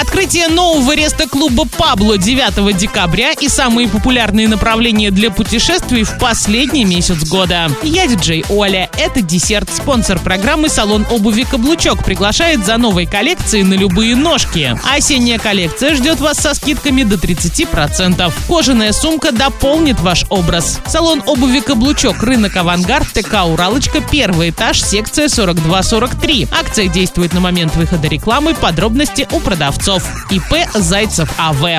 Открытие нового рестоклуба «Пабло» 9 декабря и самые популярные направления для путешествий в последний месяц года. Я диджей Оля. Это десерт. Спонсор программы салон обуви «Каблучок» приглашает за новой коллекцией на любые ножки. Осенняя коллекция ждет вас со скидками до 30%. Кожаная сумка дополнит ваш образ. Салон обуви «Каблучок», рынок «Авангард», ТК «Уралочка», первый этаж, секция 42-43. Акция действует на момент выхода рекламы. Подробности у продавцов. ИП Зайцев АВ.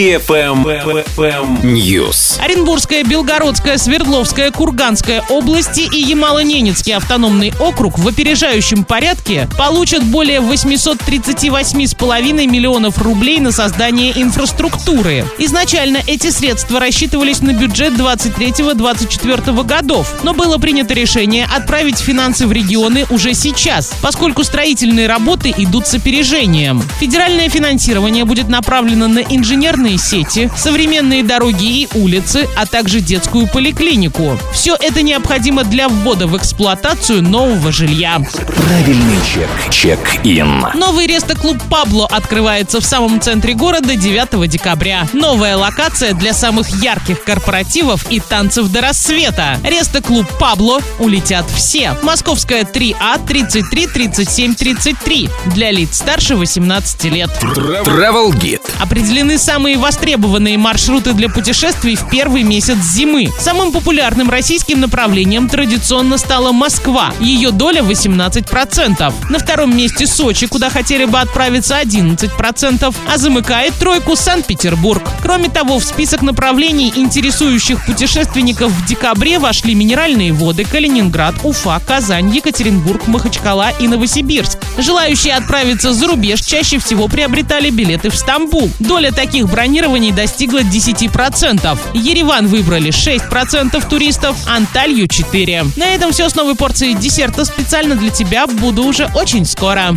News. Оренбургская, Белгородская, Свердловская, Курганская области и Ямало-Ненецкий автономный округ в опережающем порядке получат более 838,5 миллионов рублей на создание инфраструктуры. Изначально эти средства рассчитывались на бюджет 23-24 годов, но было принято решение отправить финансы в регионы уже сейчас, поскольку строительные работы идут с опережением. Федеральное финансирование будет направлено на инженерные сети, современные дороги и улицы, а также детскую поликлинику. Все это необходимо для ввода в эксплуатацию нового жилья. Правильный чек. Чек-ин. Новый рестоклуб «Пабло» открывается в самом центре города 9 декабря. Новая локация для самых ярких корпоративов и танцев до рассвета. Рестоклуб «Пабло» улетят все. Московская 3А 33 37 33 для лиц старше 18 лет. Travel Guide. Определены самые востребованные маршруты для путешествий в первый месяц зимы. Самым популярным российским направлением традиционно стала Москва. Ее доля 18%. На втором месте Сочи, куда хотели бы отправиться 11%, а замыкает тройку Санкт-Петербург. Кроме того, в список направлений, интересующих путешественников в декабре, вошли минеральные воды, Калининград, Уфа, Казань, Екатеринбург, Махачкала и Новосибирск. Желающие отправиться за рубеж чаще всего приобретали билеты в Стамбул. Доля таких бронирований достигла 10%. Ереван выбрали 6% туристов, Анталью 4%. На этом все с новой порцией десерта специально для тебя. Буду уже очень скоро.